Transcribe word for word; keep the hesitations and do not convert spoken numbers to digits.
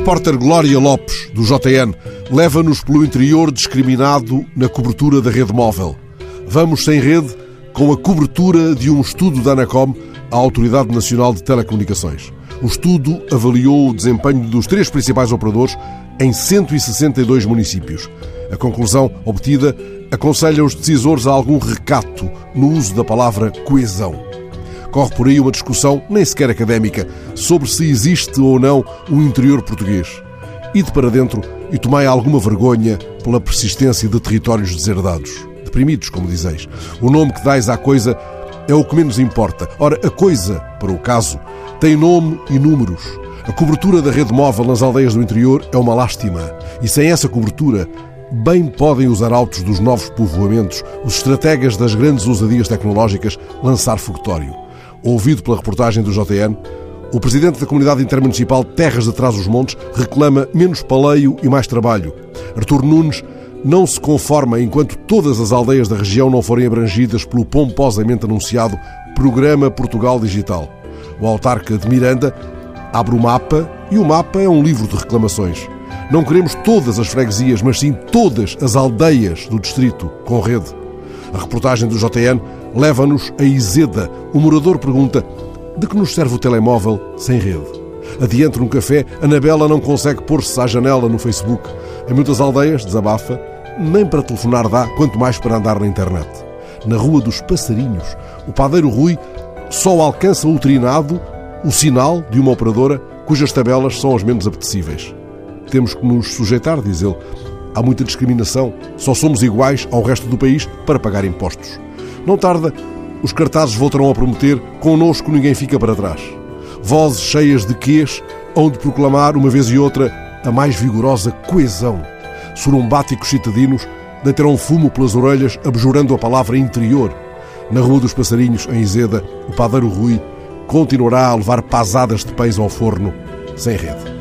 repórter Glória Lopes, do J N, leva-nos pelo interior discriminado na cobertura da rede móvel. Vamos sem rede com a cobertura de um estudo da ANACOM, a Autoridade Nacional de Telecomunicações. O estudo avaliou o desempenho dos três principais operadores em cento e sessenta e dois municípios. A conclusão obtida aconselha os decisores a algum recato no uso da palavra coesão. Corre por aí uma discussão, nem sequer académica, sobre se existe ou não um interior português. Ide para dentro e tomai alguma vergonha pela persistência de territórios deserdados. Deprimidos, como dizeis. O nome que dais à coisa é o que menos importa. Ora, a coisa, para o caso, tem nome e números. A cobertura da rede móvel nas aldeias do interior é uma lástima. E sem essa cobertura, bem podem os arautos dos novos povoamentos, os estrategas das grandes ousadias tecnológicas, lançar foguetório. Ouvido pela reportagem do J N, o presidente da Comunidade Intermunicipal Terras de Trás-os-Montes reclama menos paleio e mais trabalho. Artur Nunes não se conforma enquanto todas as aldeias da região não forem abrangidas pelo pomposamente anunciado Programa Portugal Digital. O autarca de Miranda abre o mapa e o mapa é um livro de reclamações. Não queremos todas as freguesias, mas sim todas as aldeias do distrito com rede. A reportagem do J N leva-nos a Izeda. O morador pergunta: de que nos serve o telemóvel sem rede? Adiante num café, Anabela não consegue pôr-se à janela no Facebook. Em muitas aldeias, desabafa, nem para telefonar dá, quanto mais para andar na internet. Na Rua dos Passarinhos, o padeiro Rui só alcança o trinado, o sinal de uma operadora cujas tabelas são as menos apetecíveis. Temos que nos sujeitar, diz ele. Há muita discriminação. Só somos iguais ao resto do país para pagar impostos. Não tarda, os cartazes voltarão a prometer: connosco ninguém fica para trás. Vozes cheias de quês hão de proclamar, uma vez e outra, a mais vigorosa coesão. Sorumbáticos citadinos deitarão fumo pelas orelhas, abjurando a palavra interior. Na Rua dos Passarinhos, em Izeda, o padeiro Rui continuará a levar pasadas de pães ao forno, sem rede.